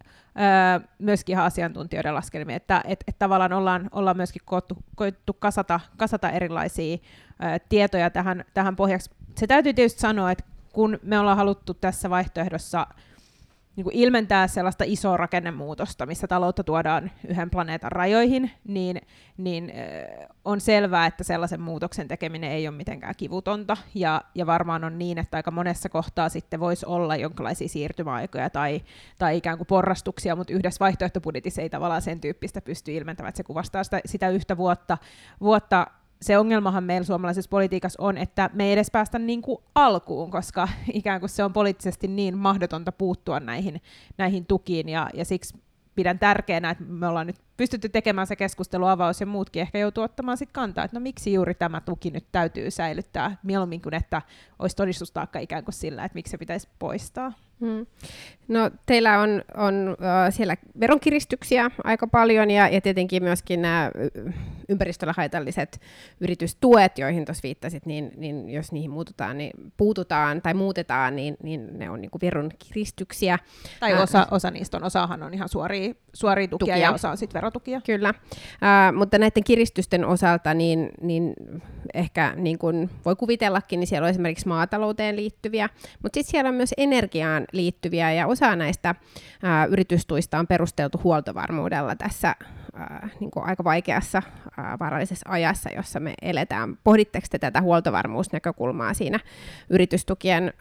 myöskin ihan asiantuntijoiden laskelmiin, että tavallaan ollaan myöskin koettu kasata erilaisia tietoja tähän pohjaksi. Se täytyy tietysti sanoa, että kun me ollaan haluttu tässä vaihtoehdossa niin kuin ilmentää sellaista isoa rakennemuutosta, missä taloutta tuodaan yhden planeetan rajoihin, niin on selvää, että sellaisen muutoksen tekeminen ei ole mitenkään kivutonta, ja varmaan on niin, että aika monessa kohtaa sitten voisi olla jonkinlaisia siirtymäaikoja tai ikään kuin porrastuksia, mutta yhdessä vaihtoehtobudjetissa ei tavallaan sen tyyppistä pysty ilmentämään, että se kuvastaa sitä yhtä vuotta. Se ongelmahan meillä suomalaisessa politiikassa on, että me ei edes päästä niin kuin alkuun, koska ikään kuin se on poliittisesti niin mahdotonta puuttua näihin tukiin, ja siksi pidän tärkeänä, että me ollaan nyt pystytty tekemään se keskusteluavaus, ja muutkin ehkä joutuu ottamaan sit kantaa, että no miksi juuri tämä tuki nyt täytyy säilyttää mieluummin kuin että olisi todistustaakka ikään kuin sillä, että miksi se pitäisi poistaa. No, teillä on siellä veronkiristyksiä aika paljon ja tietenkin myöskin nämä ympäristölle haitalliset yritystuet, joihin tuossa viittasit, niin jos niihin muutetaan, niin ne on niin kuin veronkiristyksiä. Tai osa niistä on, osahan on ihan suoria tukia ja osa on sitten verotukia. Kyllä, mutta näiden kiristysten osalta niin ehkä niin kuin voi kuvitellakin, niin siellä on esimerkiksi maatalouteen liittyviä, mutta sitten siellä on myös energiaan liittyviä, ja osa näistä yritystuista on perusteltu huoltovarmuudella tässä niin kuin aika vaikeassa vaarallisessa ajassa, jossa me eletään. Pohditteko te tätä huoltovarmuusnäkökulmaa siinä yritystukien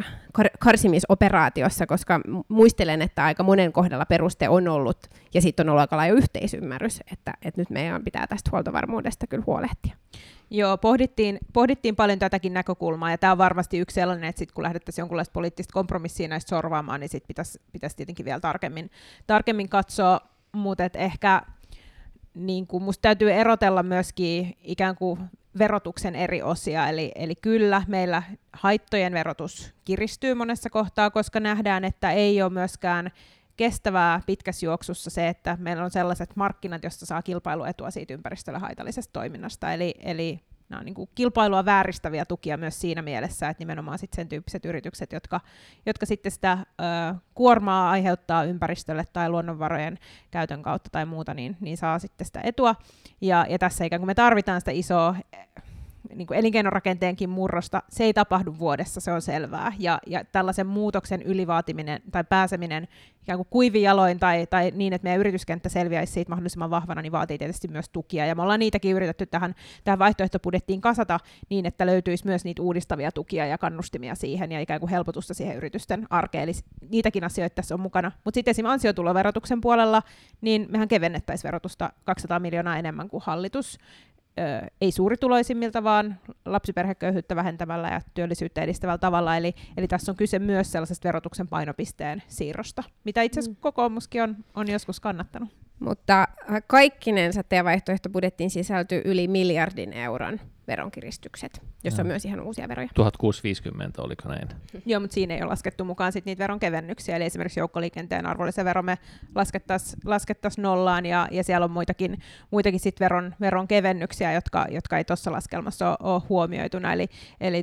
karsimisoperaatiossa, koska muistelen, että aika monen kohdalla peruste on ollut, ja sitten on ollut aika laaja yhteisymmärrys, että nyt meidän pitää tästä huoltovarmuudesta kyllä huolehtia. Joo, pohdittiin paljon tätäkin näkökulmaa, ja tämä on varmasti yksi sellainen, että sitten kun lähdettäisiin jonkunlaista poliittista kompromissia näistä sorvaamaan, niin sitten pitäisi tietenkin vielä tarkemmin katsoa, mutta ehkä niin kuin musta täytyy erotella myöskin ikään kuin verotuksen eri osia, eli kyllä meillä haittojen verotus kiristyy monessa kohtaa, koska nähdään, että ei ole myöskään kestävää pitkässä juoksussa se, että meillä on sellaiset markkinat, joista saa kilpailuetua siitä ympäristölle haitallisesta toiminnasta. Eli nämä on niin kuin kilpailua vääristäviä tukia myös siinä mielessä, että nimenomaan sit sen tyyppiset yritykset, jotka sitten sitä kuormaa aiheuttaa ympäristölle tai luonnonvarojen käytön kautta tai muuta, niin saa sitten sitä etua. Ja tässä ikään kuin me tarvitaan sitä isoa niin kuin elinkeinorakenteenkin murrosta, se ei tapahdu vuodessa, se on selvää. Ja tällaisen muutoksen ylivaatiminen tai pääseminen ikään kuin kuivijaloin tai niin, että meidän yrityskenttä selviäisi siitä mahdollisimman vahvana, niin vaatii tietysti myös tukia. Ja me ollaan niitäkin yritetty tähän vaihtoehtobudjettiin kasata niin, että löytyisi myös niitä uudistavia tukia ja kannustimia siihen ja ikään kuin helpotusta siihen yritysten arkeen. Eli niitäkin asioita tässä on mukana. Mutta sitten esimerkiksi ansiotuloverotuksen puolella, niin mehän kevennettäisiin verotusta 200 miljoonaa enemmän kuin hallitus. Ei suurituloisimmilta, vaan lapsiperheköyhyyttä vähentämällä ja työllisyyttä edistävällä tavalla. Eli tässä on kyse myös sellaisesta verotuksen painopisteen siirrosta, mitä itse asiassa kokoomuskin on joskus kannattanut. Mutta kaikkinensa teidän vaihtoehtobudjettiin sisältyy yli 1 miljardin euron veronkiristykset, jossa on myös ihan uusia veroja. 1650, oliko näin? Joo, mutta siinä ei ole laskettu mukaan sit niitä veronkevennyksiä, eli esimerkiksi joukkoliikenteen arvonlisävero me laskettaisiin nollaan, ja siellä on muitakin sit veronkevennyksiä, jotka ei tuossa laskelmassa ole huomioituna, eli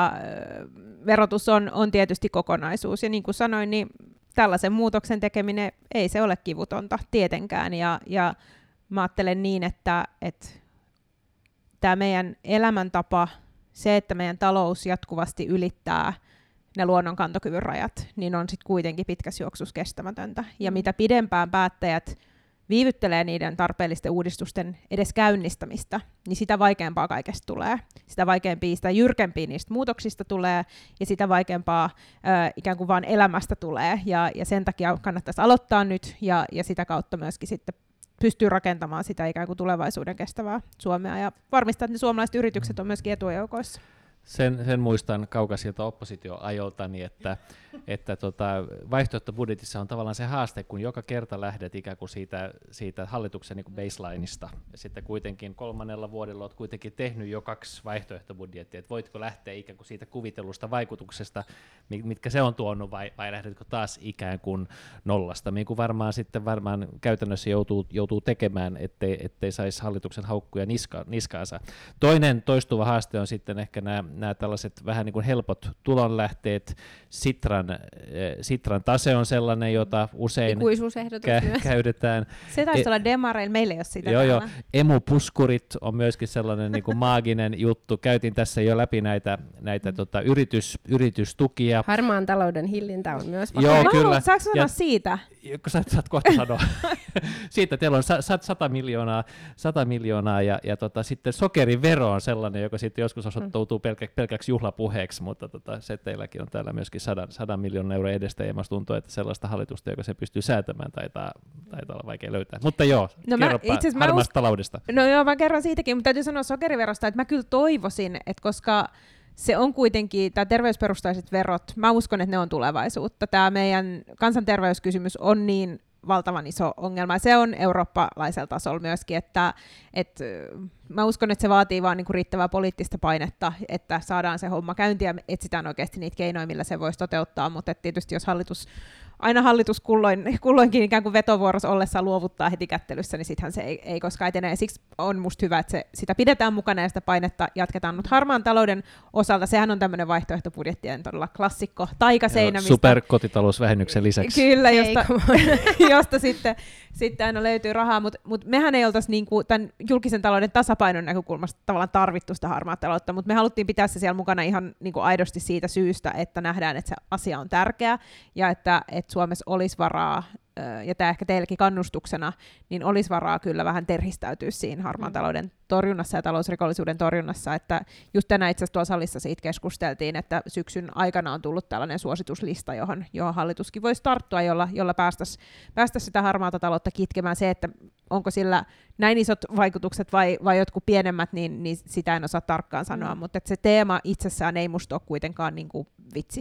verotus on tietysti kokonaisuus, ja niin kuin sanoin, niin tällaisen muutoksen tekeminen ei se ole kivutonta tietenkään, ja mä ajattelen niin, että tämä meidän elämäntapa, se, että meidän talous jatkuvasti ylittää ne luonnon kantokyvyn rajat, niin on sitten kuitenkin pitkässä juoksussa kestämätöntä. Ja mitä pidempään päättäjät viivyttelee niiden tarpeellisten uudistusten edes käynnistämistä, niin sitä vaikeampaa kaikesta tulee. Sitä vaikeampia, sitä jyrkempiä niistä muutoksista tulee, ja sitä vaikeampaa ikään kuin vaan elämästä tulee. Ja sen takia kannattaisi aloittaa nyt, ja sitä kautta myöskin sitten pystyy rakentamaan sitä ikään kuin tulevaisuuden kestävää Suomea, ja varmistaa, että ne suomalaiset yritykset on myöskin etuajoukoissa. Sen muistan kaukaisilta oppositioajoltani, että vaihtoehtobudjetissa on tavallaan se haaste, kun joka kerta lähdet ikään kuin siitä hallituksen niin kuin baselineista, ja sitten kuitenkin 3. vuodella olet kuitenkin tehnyt jo 2 vaihtoehtobudjettia, että voitko lähteä ikään kuin siitä kuvitellusta vaikutuksesta, mitkä se on tuonut, vai lähdetkö taas ikään kuin nollasta, niin kuin varmaan käytännössä joutuu tekemään, ettei saisi hallituksen haukkuja niskaansa. Toinen toistuva haaste on sitten ehkä nämä nämä tällaiset vähän niin kuin helpot tulonlähteet. Sitran tase on sellainen, jota usein käytetään. Se taisi olla demareilla, meillä ei ole sitä Joo. Emupuskurit on myöskin sellainen niin kuin maaginen juttu. Käytin tässä jo läpi näitä yritystukia. Harmaan talouden hillintä on myös. Joo, kyllä. Saanko sanoa siitä? Saat kohta sanoa. Siitä teillä on 100 miljoonaa ja sitten sokerivero on sellainen, joka sitten joskus osoittautuu pelkäksi juhlapuheeksi, mutta se teilläkin on täällä myöskin 100 miljoonan euron edestä, ja minusta tuntuu, että sellaista hallitusta, joka se pystyy säätämään, taitaa olla vaikea löytää. Mutta joo, kerropa harmaasta taloudesta. No joo, mä kerron siitäkin, mutta täytyy sanoa sokeriverosta, että mä kyllä toivoisin, että koska se on kuitenkin, tämä terveysperustaiset verot, mä uskon, että ne on tulevaisuutta. Tämä meidän kansanterveyskysymys on niin valtavan iso ongelma, ja se on eurooppalaisella tasolla myöskin, että mä uskon, että se vaatii vaan niinku riittävää poliittista painetta, että saadaan se homma käyntiin ja etsitään oikeasti niitä keinoja, millä se voisi toteuttaa, mutta tietysti jos hallitus kulloinkin ikään kuin vetovuorossa ollessaan luovuttaa heti kättelyssä, niin sittenhän se ei koskaan etene. Ja siksi on musta hyvä, että sitä pidetään mukana ja sitä painetta jatketaan. Mutta harmaan talouden osalta sehän on tämmöinen vaihtoehtobudjettien todella klassikko, taikaseinä. Superkotitalousvähennyksen lisäksi. Kyllä, josta sitten aina löytyy rahaa, mutta mehän ei oltaisi niinku tämän julkisen talouden tasapainon näkökulmasta tavallaan tarvittu sitä harmaata taloutta, mutta me haluttiin pitää se siellä mukana ihan niinku aidosti siitä syystä, että nähdään, että se asia on tärkeä ja että Suomessa olisi varaa, ja tämä ehkä teillekin kannustuksena, niin olisi varaa kyllä vähän terhistäytyä siinä harmaan talouden torjunnassa ja talousrikollisuuden torjunnassa, että just tänään itse asiassa tuolla salissa siitä keskusteltiin, että syksyn aikana on tullut tällainen suosituslista, johon hallituskin voisi tarttua, jolla päästäisiin sitä harmaata taloutta kitkemään. Se, että onko sillä näin isot vaikutukset vai jotkut pienemmät, niin sitä en osaa tarkkaan sanoa, mutta se teema itsessään ei musta ole kuitenkaan niin kuin vitsi.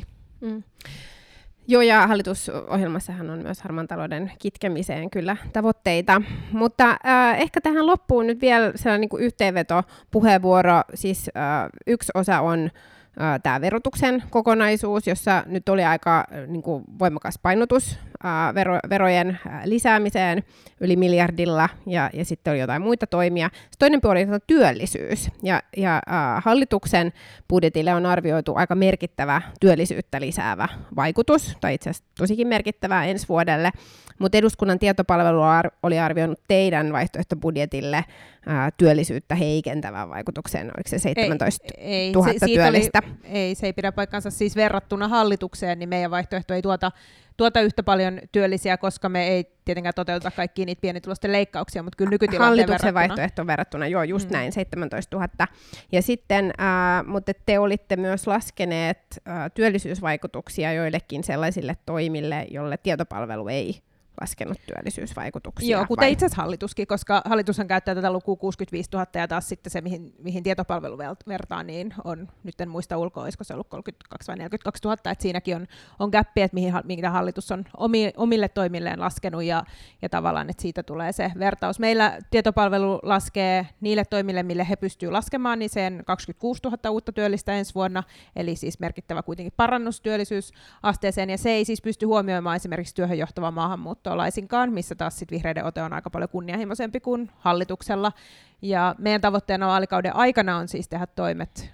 Joo, ja hallitusohjelmassahan on myös harmaan talouden kitkemiseen kyllä tavoitteita. Mutta ehkä tähän loppuun nyt vielä sellainen niin kuin yhteenvetopuheenvuoro. Siis yksi osa on tämä verotuksen kokonaisuus, jossa nyt oli aika niin kuin voimakas painotus verojen lisäämiseen yli miljardilla, ja sitten oli jotain muita toimia. Toinen puoli on työllisyys, ja hallituksen budjetille on arvioitu aika merkittävä työllisyyttä lisäävä vaikutus, tai itse asiassa tosikin merkittävää ensi vuodelle, mutta eduskunnan tietopalvelu oli arvioinut teidän vaihtoehtobudjetille työllisyyttä heikentävän vaikutuksen, oliko se 17 000 työllistä? Se ei pidä paikkansa, siis verrattuna hallitukseen, niin meidän vaihtoehto ei tuota yhtä paljon työllisiä, koska me ei tietenkään toteuta kaikkia niitä pienituloisten leikkauksia, mutta kyllä nykytilanteen hallituksen vaihtoehto verrattuna, joo, just näin, 17 000. Ja sitten, mutta te olitte myös laskeneet työllisyysvaikutuksia joillekin sellaisille toimille, jolle tietopalvelu ei laskenut työllisyysvaikutuksia. Joo, kuten itse asiassa hallituskin, koska hallitushan käyttää tätä lukua 65 000, ja taas sitten se, mihin tietopalvelu vertaa, niin on, nyt en muista ulkoa, olisiko se ollut 32 vai 42 000, että siinäkin on gäppi, että mitä hallitus on omille toimilleen laskenut, ja tavallaan, että siitä tulee se vertaus. Meillä tietopalvelu laskee niille toimille, mille he pystyvät laskemaan, niin sen 26 000 uutta työllistä ensi vuonna, eli siis merkittävä kuitenkin parannus työllisyysasteeseen, ja se ei siis pysty huomioimaan esimerkiksi työhön johtavaa maahanmuuttoa laisinkaan, missä taas sit vihreiden ote on aika paljon kunnianhimoisempi kuin hallituksella. Ja meidän tavoitteena vaalikauden aikana on siis tehdä toimet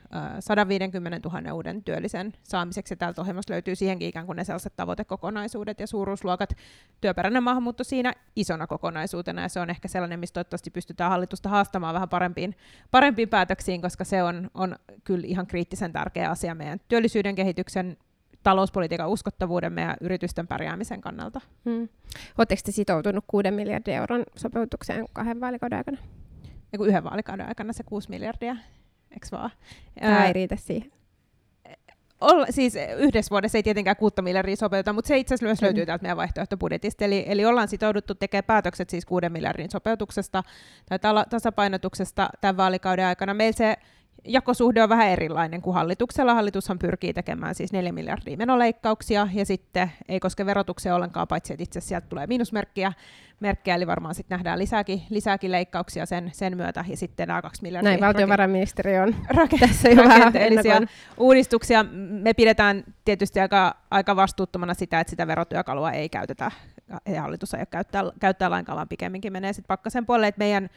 150 000 uuden työllisen saamiseksi. Täältä ohjelmasta löytyy siihenkin ikään kuin ne sellaiset tavoitekokonaisuudet ja suuruusluokat. Työperäinen maahanmuutto siinä isona kokonaisuutena, ja se on ehkä sellainen, mistä toivottavasti pystytään hallitusta haastamaan vähän parempiin päätöksiin, koska se on kyllä ihan kriittisen tärkeä asia meidän työllisyyden kehityksen, talouspolitiikan uskottavuuden ja yritysten pärjäämisen kannalta. Oletteko te sitoutunut 6 miljardin euron sopeutukseen 2 vaalikauden aikana? Ja 1 vaalikauden aikana se 6 miljardia, eikö vaan? Tämä ei riitä siihen. Siis yhdessä vuodessa ei tietenkään 6 miljardia sopeuta, mutta se itse asiassa myös löytyy täältä meidän vaihtoehtobudjetista. Eli ollaan sitouduttu tekemään päätökset siis 6 miljardin sopeutuksesta tai tasapainotuksesta tämän vaalikauden aikana. Meillä se jakosuhde on vähän erilainen kuin hallituksella. Hallitushan pyrkii tekemään siis 4 miljardia menoleikkauksia, ja sitten ei koske verotukseen ollenkaan, paitsi että itse asiassa sieltä tulee miinusmerkkiä, eli varmaan sitten nähdään lisääkin leikkauksia sen myötä, ja sitten nämä 2 miljardia. Näin valtiovarainministeriö on tässä jo rakenteellisia uudistuksia. Me pidetään tietysti aika vastuuttomana sitä, että sitä verotyökalua ei käytetä, ja hallitus ei käyttää lainkaan, vaan pikemminkin menee sitten pakkasen puolelle, että meidän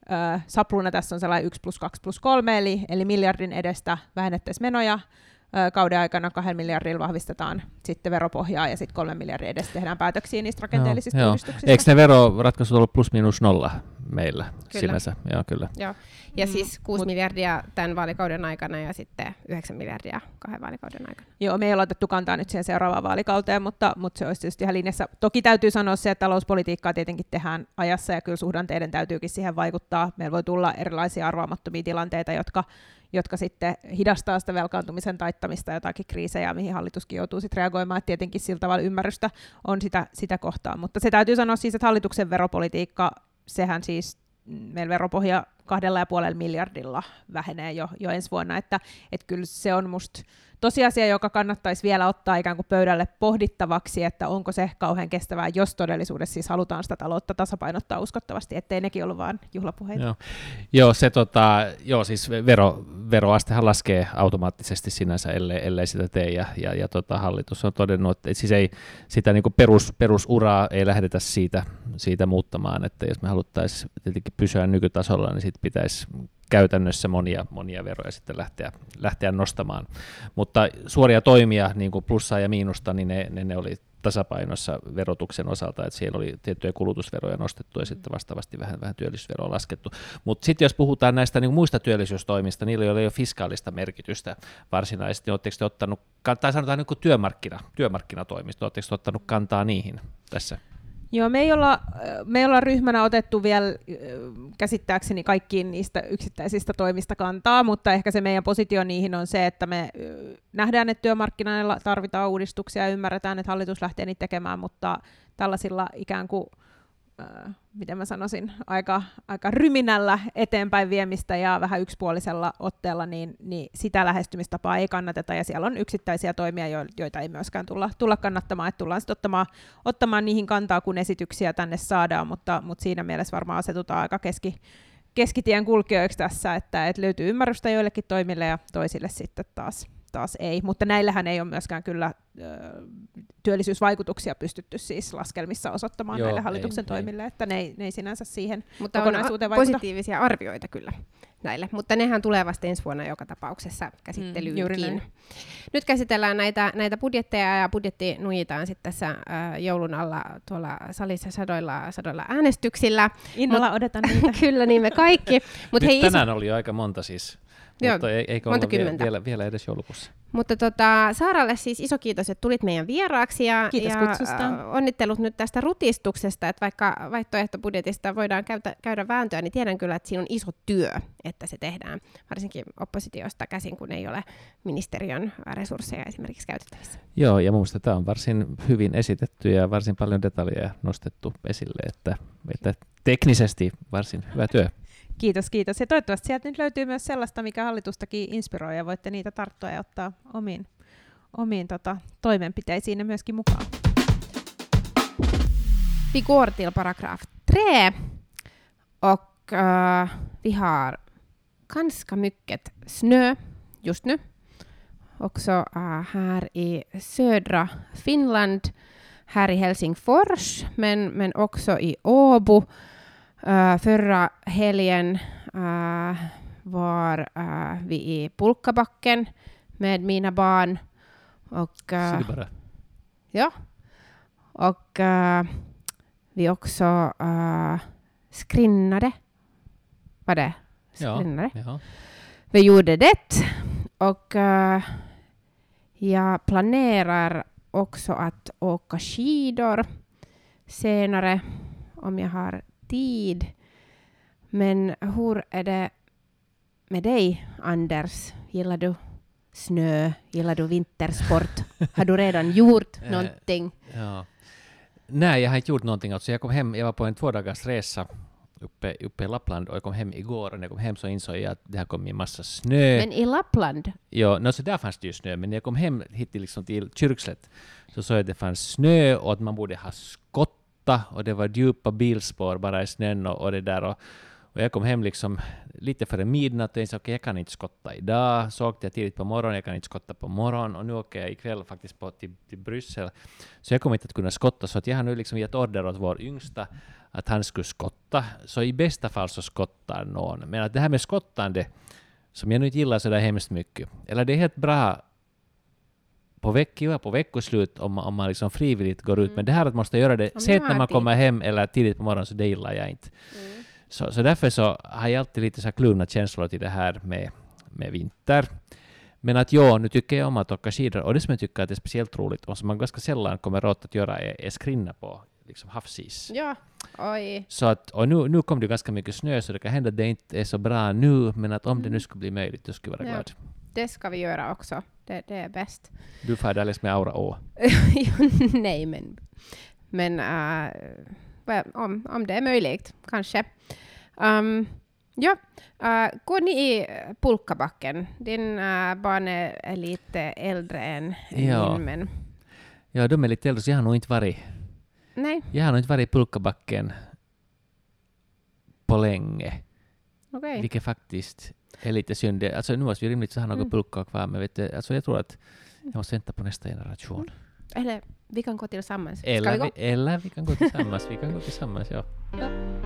sapluna tässä on sellainen 1+2+3, eli miljardin edestä vähennettäisiin menoja. Kauden aikana 2 miljardilla vahvistetaan sitten veropohjaa ja sitten 3 miljardin edestä tehdään päätöksiä niistä rakenteellisista uudistuksista. Eikö ne veroratkaisut ollut +-0 meillä Kyllä. sinänsä? Joo, kyllä. Joo. Ja siis 6 miljardia tämän vaalikauden aikana ja sitten 9 miljardia 2 vaalikauden aikana. Joo, me ei olla otettu kantaa nyt siihen seuraavaan vaalikauteen, mutta se olisi tietysti ihan linjassa. Toki täytyy sanoa se, että talouspolitiikkaa tietenkin tehdään ajassa ja kyllä suhdanteiden täytyykin siihen vaikuttaa. Meillä voi tulla erilaisia arvaamattomia tilanteita, jotka sitten hidastaa sitä velkaantumisen taittamista, jotakin kriisejä, mihin hallituskin joutuu sitten reagoimaan. Et tietenkin sillä tavalla ymmärrystä on sitä kohtaa. Mutta se täytyy sanoa siis, että hallituksen veropolitiikka, sehän siis meillä veropohja 2,5 miljardilla vähenee jo ensi vuonna, että kyllä se on musta tosiasia, joka kannattaisi vielä ottaa ikään kuin pöydälle pohdittavaksi, että onko se kauhean kestävää, jos todellisuudessa siis halutaan sitä taloutta tasapainottaa uskottavasti, ettei nekin ollut vaan juhlapuheita. Joo, siis veroastehan laskee automaattisesti sinänsä, ellei sitä tee, ja hallitus on todennut, että siis ei sitä niin kuin perusuraa ei lähdetä siitä muuttamaan, että jos me haluttaisiin tietenkin pysyä nykytasolla, niin sitten pitäisi käytännössä monia veroja sitten lähteä nostamaan. Mutta suoria toimia, niin kuin plussaa ja miinusta, niin ne oli tasapainossa verotuksen osalta, että siellä oli tiettyjä kulutusveroja nostettu ja sitten vastaavasti vähän työllisyysveroa laskettu. Mutta sitten jos puhutaan näistä niin muista työllisyystoimista, niillä ei ole jo fiskaalista merkitystä varsinaisesti. Oletteko te ottanut, tai sanotaan niin kuin työmarkkinatoimista, oletteko te ottanut kantaa niihin tässä? Joo, me ei olla ryhmänä otettu vielä käsittääkseni kaikkiin niistä yksittäisistä toimista kantaa, mutta ehkä se meidän positio niihin on se, että me nähdään, että työmarkkinoilla tarvitaan uudistuksia ja ymmärretään, että hallitus lähtee niitä tekemään, mutta tällaisilla ikään kuin, miten mä sanoisin, aika ryminällä eteenpäin viemistä ja vähän yksipuolisella otteella, niin sitä lähestymistapaa ei kannateta, ja siellä on yksittäisiä toimia, joita ei myöskään tulla kannattamaan, että tullaan sitten ottamaan niihin kantaa, kun esityksiä tänne saadaan, mutta siinä mielessä varmaan asetutaan aika keskitien kulkijoiksi tässä, että löytyy ymmärrystä joillekin toimille ja toisille sitten taas ei, mutta näillähän ei ole myöskään kyllä työllisyysvaikutuksia pystytty siis laskelmissa osoittamaan näille hallituksen toimille, että ne ei sinänsä siihen mutta kokonaisuuteen on vaikuta. Positiivisia arvioita kyllä näille, mutta nehän tulee vasta ensi vuonna joka tapauksessa käsittelyynkin. Nyt käsitellään näitä budjetteja ja budjetti nujitaan sitten tässä joulun alla tuolla salissa sadoilla äänestyksillä. Innolla odotan niitä. Kyllä, niin me kaikki. Nyt tänään oli jo aika monta siis. Mutta eikö olla vielä edes joulukuussa? Mutta Saaralle siis iso kiitos, että tulit meidän vieraaksi ja onnittelut nyt tästä rutistuksesta, että vaikka vaihtoehtobudjetista voidaan käydä vääntöä, niin tiedän kyllä, että siinä on iso työ, että se tehdään, varsinkin oppositiosta käsin, kun ei ole ministeriön resursseja esimerkiksi käytettävissä. Joo, ja minusta tämä on varsin hyvin esitetty ja varsin paljon detaljeja nostettu esille, että teknisesti varsin hyvä työ. Kiitos. Ja toivottavasti sieltä nyt löytyy myös sellaista, mikä hallitustakin inspiroi, ja voitte niitä tarttua ja ottaa omiin toimenpiteisiin myöskin mukaan. Vi går till paragraf 3 och vi har ganska mycket snö just nu. Också här i södra Finland, här i Helsingfors, men också i Åbo. Förra helgen var vi i pulkabacken med mina barn och vi också skrinnade. Var det? Skrinnade? Ja. Vi gjorde det och jag planerar också att åka skidor senare om jag har tid. Men hur är det med dig, Anders? Gillar du snö? Gillar du vintersport? Har du redan gjort någonting? Ja. Nej, jag har inte gjort någonting. Alltså jag kom hem, jag var på en 2-dagars resa uppe i Lappland och jag kom hem igår, och när jag kom hem så insåg jag att det har kommit en massa snö. Men i Lappland? Ja, så där fanns det ju snö, men när jag kom hem hit till Kyrkslätt så såg jag att det fanns snö och att man borde ha skott, och det var djupa bilspår bara i snön och det där, Och jag kom hem liksom lite före midnatt och tänkte okej, jag kan inte skotta idag. Så åkte jag tidigt på morgonen, jag kan inte skotta på morgonen. Och nu åker jag ikväll faktiskt till Bryssel. Så jag kommer inte att kunna skotta. Så att jag har nu liksom gett order åt vår yngsta att han skulle skotta. Så i bästa fall så skottar någon. Men att det här med skottande, som jag nu inte gillar så där hemskt mycket. Eller det är helt bra på veckoslut om man liksom frivilligt går ut. Men det här att man måste göra det sent när man kommer hem eller tidigt på morgonen, så det gillar jag inte. Så därför så har jag alltid lite så här kluvna känslor till det här med vinter. Men att nu tycker jag om att åka skidor. Och det som jag tycker att är speciellt roligt och som man ganska sällan kommer åt att göra är skrinna på liksom havsis. Ja, oj. Så att, och nu kom det ganska mycket snö, så det kan hända att det inte är så bra nu, men att om det nu skulle bli möjligt, då skulle jag vara glad. Det ska vi göra också. Det är bäst. Du får alldeles med Aura Å. Nej, men om det är möjligt, kanske. Går ni i pulkabacken? Din barn är lite äldre än min, men... Ja, de är lite äldre, så jag har nog inte varit... Nej. Jag har nog inte varit i pulkabacken på länge. Okay. Vilket faktiskt är lite synd. Alltså nu måste vi rimligt så ha några pulkar kvar, men vet du, alltså jag tror att jag måste vänta på nästa generation. Eller vi kan gå tillsammans. Eller vi kan gå tillsammans. Vi kan gå tillsammans, ja.